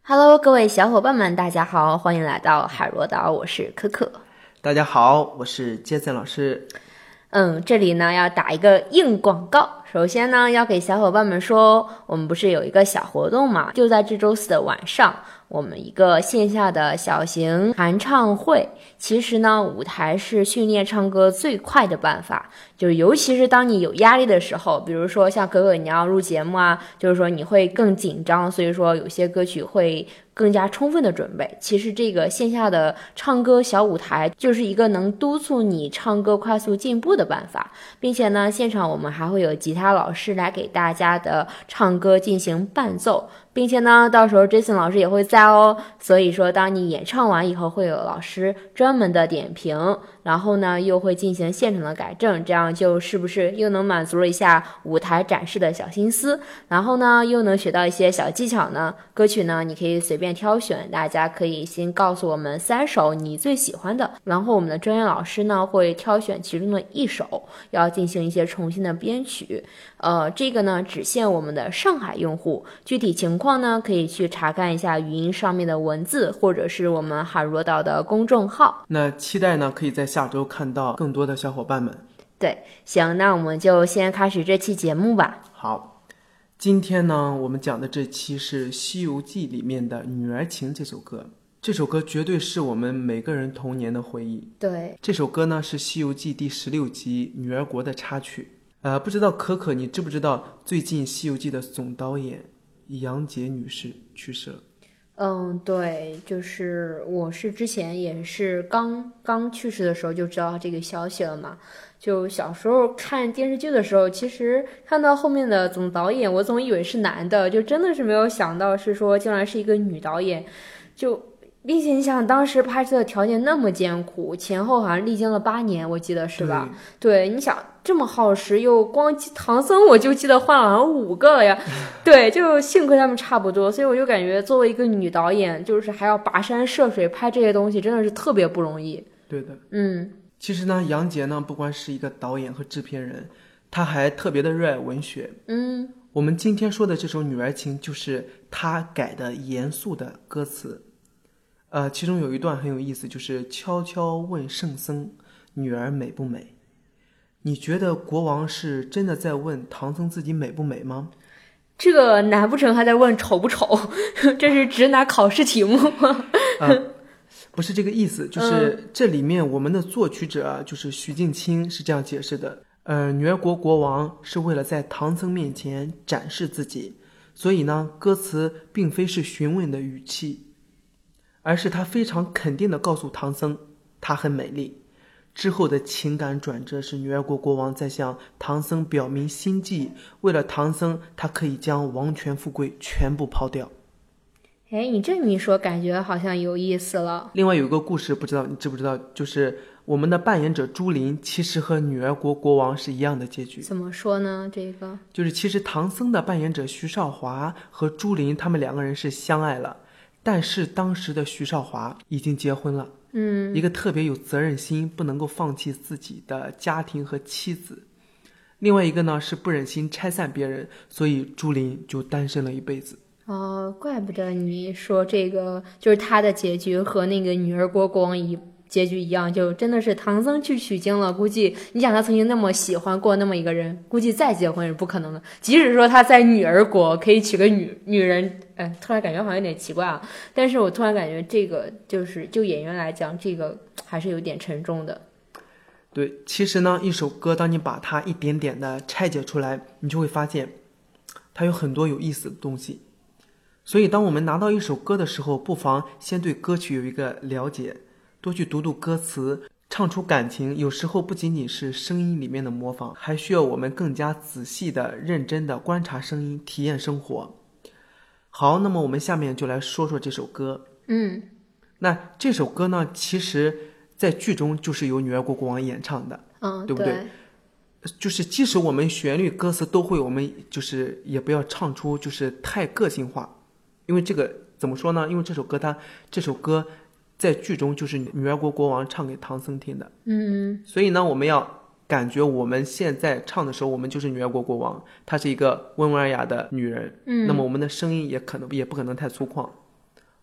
Hello，各位小伙伴们，大家好，欢迎来到海螺岛，我是可可。 大家好，我是杰森老师。 这里呢要打一个硬广告。首先呢，要给小伙伴们说，我们不是有一个小活动嘛？就在这周四的晚上，我们一个线下的小型弹唱会。其实呢，舞台是训练唱歌最快的办法，就是尤其是当你有压力的时候，比如说像可可你要录节目啊，就是说你会更紧张，所以说有些歌曲会更加充分的准备。其实这个线下的唱歌小舞台就是一个能督促你唱歌快速进步的办法，并且呢，现场我们还会有吉他老师来给大家的唱歌进行伴奏，并且呢，到时候 Jason 老师也会在哦。所以说，当你演唱完以后，会有老师专门的点评，然后呢，又会进行现场的改正，这样就是不是又能满足了一下舞台展示的小心思，然后呢，又能学到一些小技巧呢？歌曲呢，你可以随便挑选，大家可以先告诉我们3首你最喜欢的，然后我们的专业老师呢会挑选其中的1首，要进行一些重新的编曲。这个呢只限我们的上海用户，具体情况呢可以去查看一下语音上面的文字，或者是我们海螺岛的公众号。 那期待呢可以在下周看到更多的小伙伴们。 对，行，那我们就先开始这期节目吧。 好，今天呢我们讲的这期是《西游记》里面的《女儿情》这首歌。这首歌绝对是我们每个人童年的回忆。 对， 这首歌呢是《西游记》第16集《女儿国》的插曲。不知道可可你知不知道最近《西游记》的总导演杨洁女士去世了？ 对，就是我是之前也是刚去世的时候就知道这个消息了嘛。就小时候看电视剧的时候，其实看到后面的总导演，我总以为是男的，就真的是没有想到是说竟然是一个女导演。并且你想，当时拍摄的条件那么艰苦，前后好像历经了8年，我记得是吧？对，你想这么耗时，又光唐僧我就记得换了好像5个了呀。对，就幸亏他们差不多，所以我就感觉作为一个女导演，就是还要跋山涉水拍这些东西，真的是特别不容易。 对的，其实呢，杨洁呢不光是一个导演和制片人，他还特别的热爱文学。我们今天说的这首《女儿情》就是他改的严肃的歌词。其中有一段很有意思，就是悄悄问圣僧，女儿美不美？你觉得国王是真的在问唐僧自己美不美吗？ 这个难不成还在问丑不丑？这是直男考试题目吗？ 不是这个意思，就是这里面我们的作曲者就是许镜清是这样解释的。女儿国国王是为了在唐僧面前展示自己，所以呢，歌词并非是询问的语气，而是他非常肯定地告诉唐僧她很美丽。之后的情感转折是女儿国国王在向唐僧表明心迹，为了唐僧他可以将王权富贵全部抛掉。 你这么一说，感觉好像有意思了。 另外有一个故事，不知道你知不知道，就是我们的扮演者朱琳其实和女儿国国王是一样的结局。 怎么说呢？这个就是其实唐僧的扮演者徐少华和朱琳他们2个人是相爱了，但是当时的徐少华已经结婚了，一个特别有责任心，不能够放弃自己的家庭和妻子。另外一个呢是不忍心拆散别人，所以朱琳就单身了一辈子。 怪不得你说这个就是他的结局和那个女儿国国王结局一样，就真的是唐僧去取经了。估计你想他曾经那么喜欢过那么一个人，估计再结婚是不可能的。即使说他在女儿国可以娶个女人，突然感觉好像有点奇怪啊。但是我突然感觉这个就演员来讲，这个还是有点沉重的。 对，其实呢，一首歌当你把它一点点的拆解出来，你就会发现它有很多有意思的东西。所以当我们拿到一首歌的时候，不妨先对歌曲有一个了解，多去读读歌词，唱出感情。有时候不仅仅是声音里面的模仿，还需要我们更加仔细的认真的观察声音，体验生活。好，那么我们下面就来说说这首歌。那这首歌呢，其实在剧中就是由女儿国国王演唱的，对不对？就是即使我们旋律歌词都会，我们就是也不要唱出就是太个性化。因为这个怎么说呢？因为这首歌在剧中就是女儿国国王唱给唐僧听的。所以呢，我们要感觉我们现在唱的时候，我们就是女儿国国王，她是一个温文尔雅的女人。那么我们的声音也不可能太粗犷。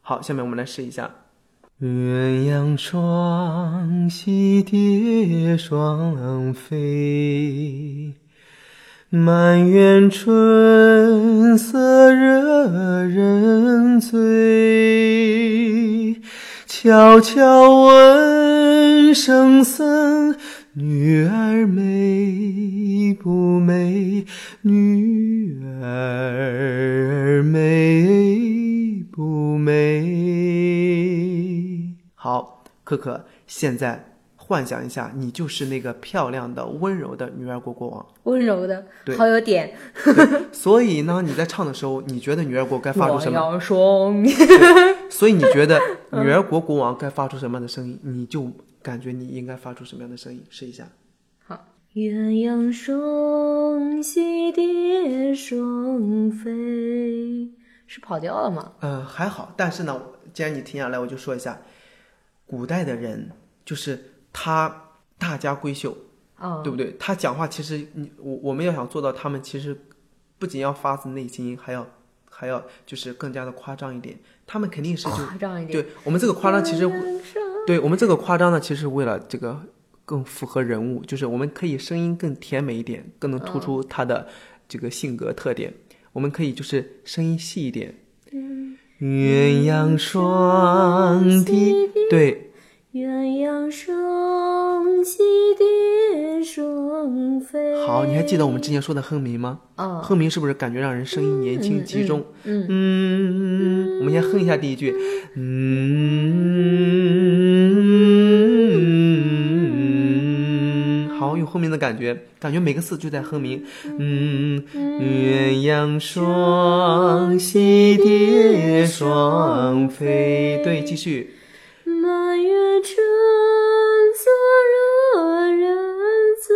好，下面我们来试一下。鸳鸯双栖蝶双飞，满园春色惹人醉。悄悄问圣僧，女儿美不美？女儿美不美？好，可可，现在幻想一下，你就是那个漂亮的、温柔的女儿国国王。 温柔的， 对， 好有点。 所以呢，你在唱的时候，你觉得女儿国该发出什么？ 我要双所以你觉得女儿国国王该发出什么样的声音，你就感觉你应该发出什么样的声音，试一下。 好，鸳鸯双栖蝶双飞，是跑调了吗？ 还好，但是呢，既然你停下来，我就说一下，古代的人就是他大家闺秀，对不对？他讲话其实我们要想做到，他们其实不仅要发自内心，还要就是更加的夸张一点。他们肯定是夸张一点。 对，我们这个夸张其实，对，我们这个夸张呢，其实为了这个更符合人物，就是我们可以声音更甜美一点，更能突出他的这个性格特点。我们可以就是声音细一点。鸳鸯双栖，对， 鸳鸯双栖蝶双飞。 好，你还记得我们之前说的哼鸣吗？哼鸣是不是感觉让人声音年轻集中？我们先哼一下第一句。好，有哼鸣的感觉每个字就在哼鸣。鸳鸯双栖蝶双飞，对，继续。 满园春色惹人醉，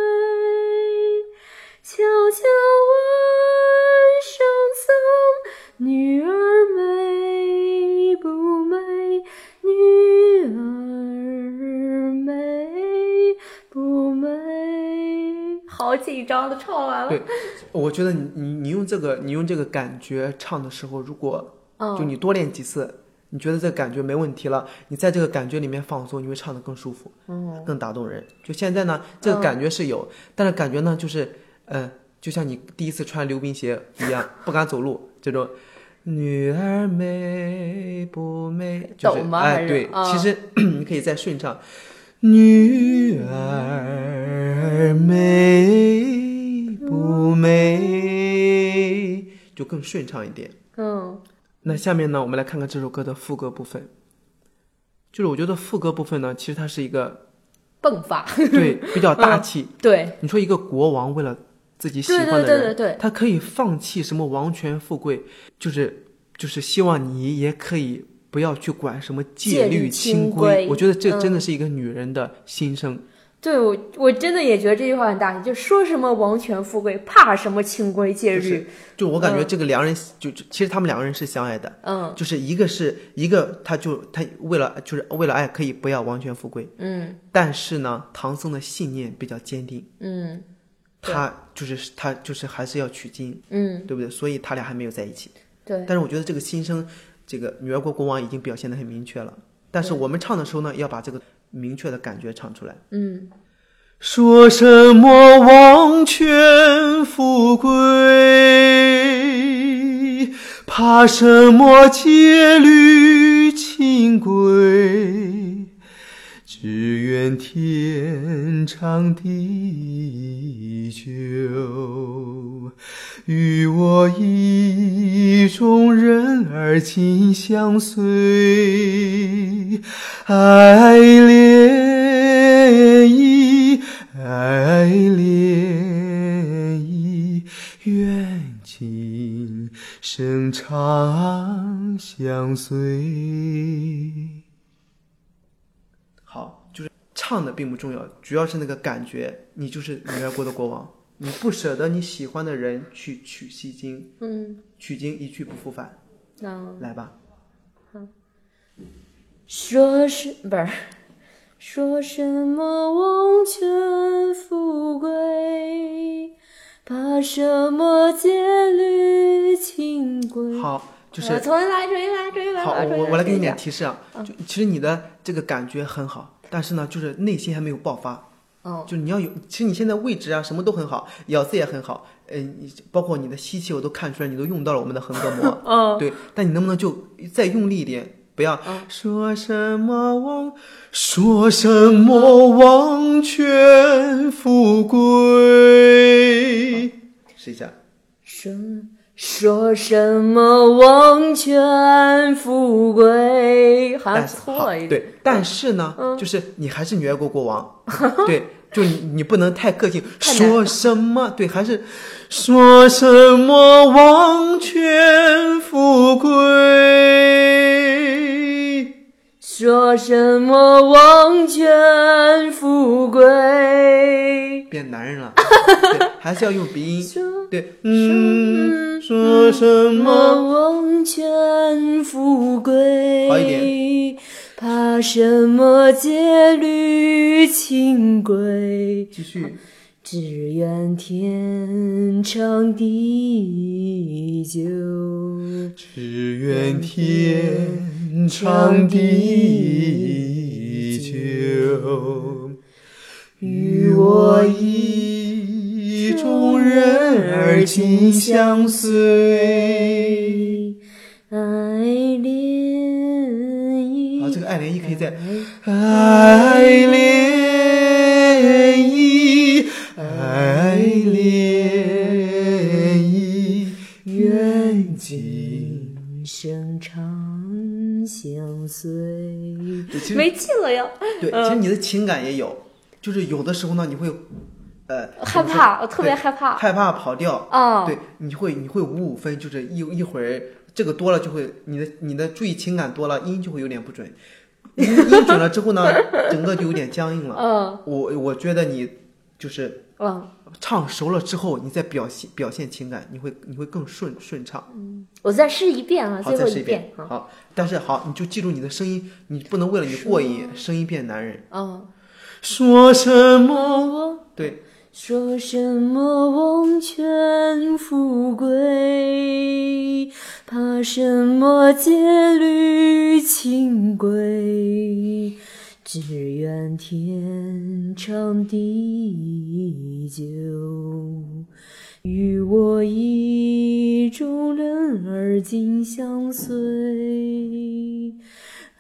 悄悄问圣僧，女儿美不美？女儿美不美？好紧张的唱完了。 对，我觉得你用这个感觉唱的时候，如果就你多练几次，你觉得这个感觉没问题了，你在这个感觉里面放松，你会唱得更舒服，更打动人。就现在呢，这个感觉是有，但是感觉呢，就是就像你第一次穿溜冰鞋一样，不敢走路这种。女儿美不美？就是对，其实你可以再顺畅。女儿美不美？就更顺畅一点。那下面呢，我们来看看这首歌的副歌部分。就是我觉得副歌部分呢，其实它是一个迸发， 对，比较大气。 对， 你说一个国王为了自己喜欢的人， 对， 他可以放弃什么王权富贵，就是希望你也可以不要去管什么戒律清规。我觉得这真的是一个女人的心声。 对，我真的也觉得这句话很大气，就说什么王权富贵，怕什么清规戒律。 就我感觉这个两人其实他们两个人是相爱的。就是一个他为了爱可以不要王权富贵。但是呢，唐僧的信念比较坚定。他就是还是要取经。对不对？所以他俩还没有在一起。 对。 但是我觉得这个心声，这个女儿国国王已经表现得很明确了。但是我们唱的时候呢，要把这个明确的感觉唱出来。说什么王权富贵，怕什么戒律清规，只愿天长地久，与我意中人儿紧相随，爱恋意，愿今生长相随。好，就是唱的并不重要，主要是那个感觉。你就是女儿国的国王，你不舍得你喜欢的人去西经，取经一去不复返。来吧。 说什么王权富贵，怕什么戒律清规。 好， 就是重新来。 好，我来给你点提示啊，就其实你的这个感觉很好，但是呢，就是内心还没有爆发。就是你要有，其实你现在位置啊什么都很好，咬字也很好，包括你的吸气我都看出来，你都用到了我们的横膈膜。对，但你能不能就再用力一点？不要说什么王权富贵，试一下。 说什么王权富贵，好像错了一点。 对，但是呢，就是你还是女爱国王。对，就你不能太个性。说什么？对，还是说什么王权富贵。 说什么王权富贵， 变男人了。对，还是要用鼻音。对，说什么王权富贵， 好一点。 怕什么戒律清规， 继续。 只愿天长地久， 只愿天长地久，与我意中人儿紧相随。 爱恋意， 好，这个爱恋意可以再爱恋意，爱恋意，愿今生长相随。没气了呀。 对，其实你的情感也有，就是有的时候呢，你会害怕，我特别害怕， 害怕跑调。对，你会五五分，就是一会儿这个多了就会你的注意情感多了，音就会有点不准。音准了之后呢，整个就有点僵硬了。我觉得你就是唱熟了之后，你再表现情感，你会更顺畅。 我再试一遍啊， 好， 最后再试一遍。 好，但是好，你就记住你的声音，你不能为了你过瘾，声音变男人。说什么？对。 说什么王权富贵，怕什么戒律清规，只愿天长地久，与我意中人儿紧相随。爱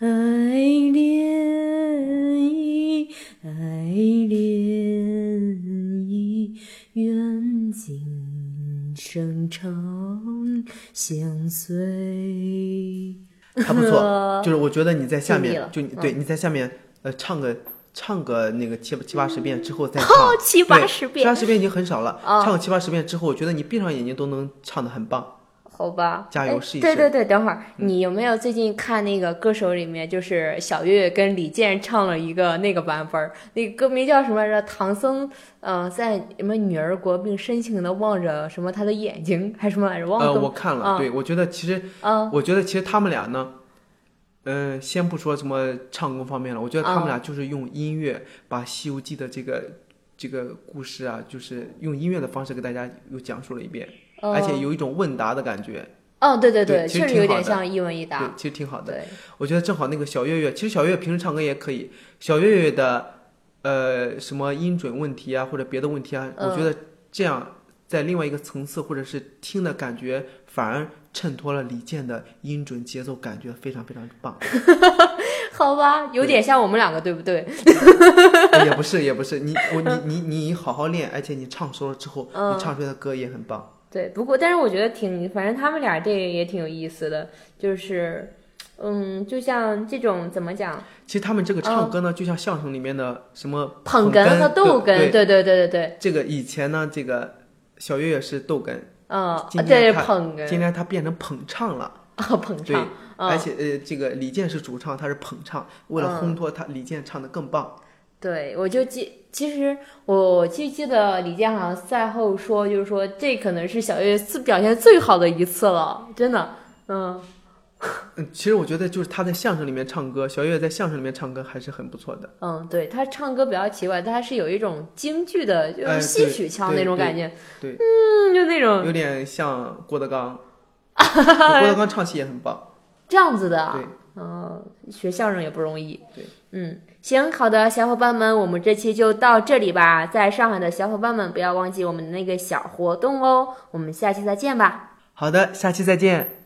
恋意，爱恋意，愿今生长相随。 还不错，就是我觉得你在下面，你在下面唱个那个七八十遍之后再唱。 七八十遍已经很少了。唱个七八十遍之后，我觉得你闭上眼睛都能唱得很棒。 好吧， 加油试一试。 对，等会儿你有没有最近看那个歌手里面，就是小岳岳跟李健唱了一个那个版本，那个歌名叫什么来着？唐僧在什么女儿国，并深情的望着什么他的眼睛，还是什么来着？忘了。 我看了，对，我觉得其实他们俩呢，先不说什么唱功方面了，我觉得他们俩就是用音乐把《西游记》的这个故事啊，就是用音乐的方式给大家又讲述了一遍。而且有一种问答的感觉。 对， 确实有点像一问一答。 对，其实挺好的。 对， 我觉得正好那个小岳岳，其实小岳岳平时唱歌也可以。小岳岳的什么音准问题啊，或者别的问题啊，我觉得这样在另外一个层次，或者是听的感觉，反而衬托了李健的音准节奏，感觉非常非常棒。 好吧，有点像我们两个，对不对？ 也不是，你好好练，而且你唱熟了之后，你唱出来的歌也很棒。 对，不过但是我觉得反正他们俩这个也挺有意思的，就是就像这种怎么讲？ 其实他们这个唱歌呢，就像相声里面的什么捧哏和逗哏，对。 这个以前呢，这个小岳岳是逗哏， 对，捧哏。 今天他变成捧唱了。 捧唱。 对，而且这个李健是主唱，他是捧唱，为了烘托他，李健唱得更棒。 对，其实我记得李健好像赛后说，就是说这可能是小岳表现最好的一次了，真的。 其实我觉得就是他在相声里面唱歌，小岳在相声里面唱歌还是很不错的。 对，他唱歌比较奇怪，他是有一种京剧的，就是戏曲腔那种感觉。 对， 就那种有点像郭德纲。 郭德纲唱戏也很棒。 这样子的。 对， 学相声也不容易。 对， 行，好的，小伙伴们，我们这期就到这里吧。在上海的小伙伴们，不要忘记我们的那个小活动哦。我们下期再见吧。 好的，下期再见。